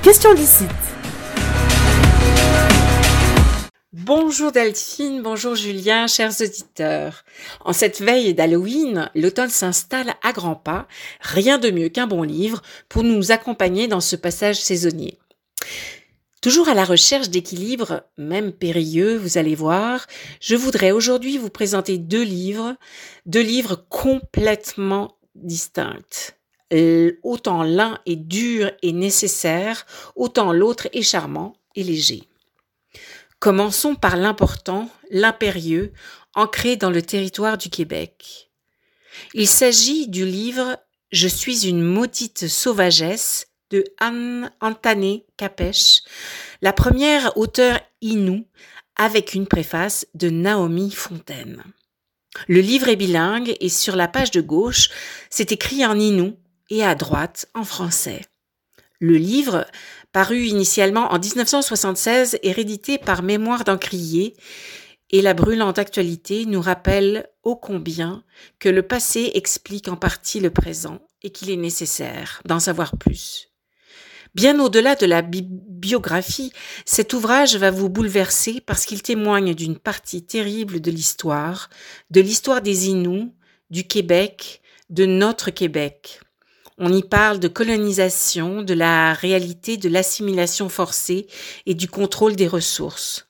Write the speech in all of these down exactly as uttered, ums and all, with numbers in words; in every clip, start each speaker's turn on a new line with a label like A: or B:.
A: question d'ici.
B: Bonjour Delphine, bonjour Julien, chers auditeurs. En cette veille d'Halloween, l'automne s'installe à grands pas. Rien de mieux qu'un bon livre pour nous accompagner dans ce passage saisonnier. Toujours à la recherche d'équilibre, même périlleux, vous allez voir, je voudrais aujourd'hui vous présenter deux livres, deux livres complètement distincts. Autant l'un est dur et nécessaire, autant l'autre est charmant et léger. Commençons par l'important, l'impérieux, ancré dans le territoire du Québec. Il s'agit du livre « Je suis une maudite sauvagesse » de Anne Antané Capech, la première auteure Innu, avec une préface de Naomi Fontaine. Le livre est bilingue et sur la page de gauche, c'est écrit en Innu et à droite en français. Le livre, paru initialement en dix-neuf cent soixante-seize, est réédité par Mémoires d'Encrier et la brûlante actualité nous rappelle ô combien que le passé explique en partie le présent et qu'il est nécessaire d'en savoir plus. Bien au-delà de la bi- biographie, cet ouvrage va vous bouleverser parce qu'il témoigne d'une partie terrible de l'histoire, de l'histoire des Inuits, du Québec, de notre Québec. On y parle de colonisation, de la réalité de l'assimilation forcée et du contrôle des ressources.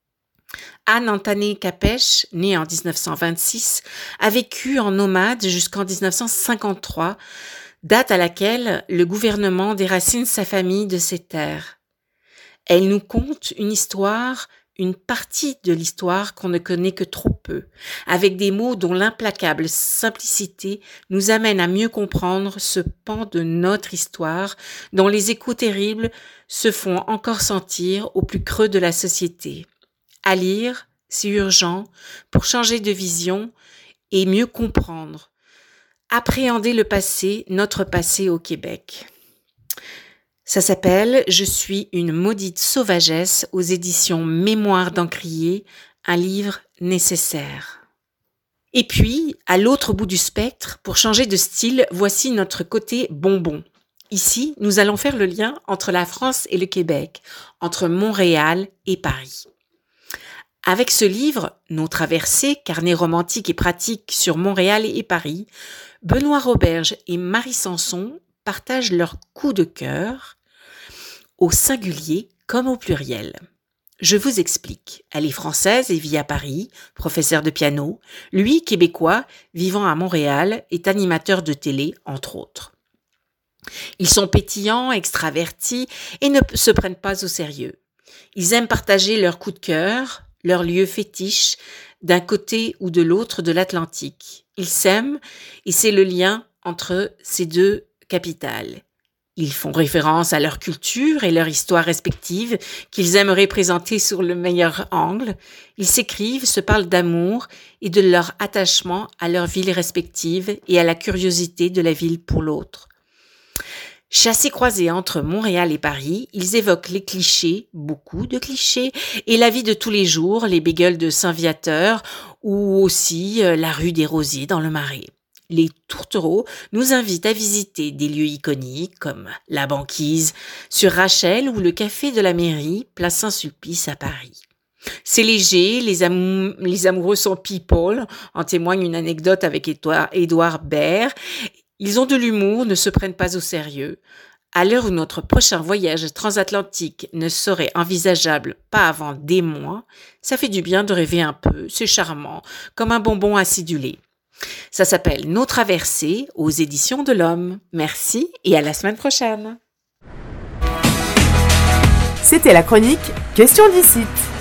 B: Anne Antané Capech, née en dix-neuf cent vingt-six, a vécu en nomade jusqu'en dix-neuf cent cinquante-trois, date à laquelle le gouvernement déracine sa famille de ses terres. Elle nous conte une histoire, une partie de l'histoire qu'on ne connaît que trop peu, avec des mots dont l'implacable simplicité nous amène à mieux comprendre ce pan de notre histoire dont les échos terribles se font encore sentir au plus creux de la société. À lire, c'est urgent pour changer de vision et mieux comprendre. Appréhender le passé, notre passé au Québec. Ça s'appelle « Je suis une maudite sauvagesse » aux éditions Mémoires d'Encrier, un livre nécessaire. Et puis, à l'autre bout du spectre, pour changer de style, voici notre côté bonbon. Ici, nous allons faire le lien entre la France et le Québec, entre Montréal et Paris. Avec ce livre, Nos traversées, carnet romantique et pratique sur Montréal et Paris, Benoît Roberge et Marie Sanson partagent leur coup de cœur au singulier comme au pluriel. Je vous explique. Elle est française et vit à Paris, professeur de piano. Lui, québécois, vivant à Montréal, est animateur de télé, entre autres. Ils sont pétillants, extravertis et ne se prennent pas au sérieux. Ils aiment partager leur coup de cœur, leur lieu fétiche, d'un côté ou de l'autre de l'Atlantique. Ils s'aiment et c'est le lien entre ces deux capitales. Ils font référence à leur culture et leur histoire respective qu'ils aimeraient présenter sur le meilleur angle. Ils s'écrivent, se parlent d'amour et de leur attachement à leur ville respective et à la curiosité de la ville pour l'autre. Chassés-croisés entre Montréal et Paris, ils évoquent les clichés, beaucoup de clichés, et la vie de tous les jours, les bagels de Saint-Viateur ou aussi la rue des Rosiers dans le Marais. Les tourtereaux nous invitent à visiter des lieux iconiques comme la Banquise sur Rachel ou le café de la mairie, place Saint-Sulpice à Paris. C'est léger, les, amou- les amoureux sont people, en témoigne une anecdote avec Édouard, Édouard Baird. Ils ont de l'humour, ne se prennent pas au sérieux. À l'heure où notre prochain voyage transatlantique ne serait envisageable pas avant des mois, ça fait du bien de rêver un peu, c'est charmant, comme un bonbon acidulé. Ça s'appelle Nos traversées aux éditions de l'Homme. Merci et à la semaine prochaine.
A: C'était la chronique Question d'ici.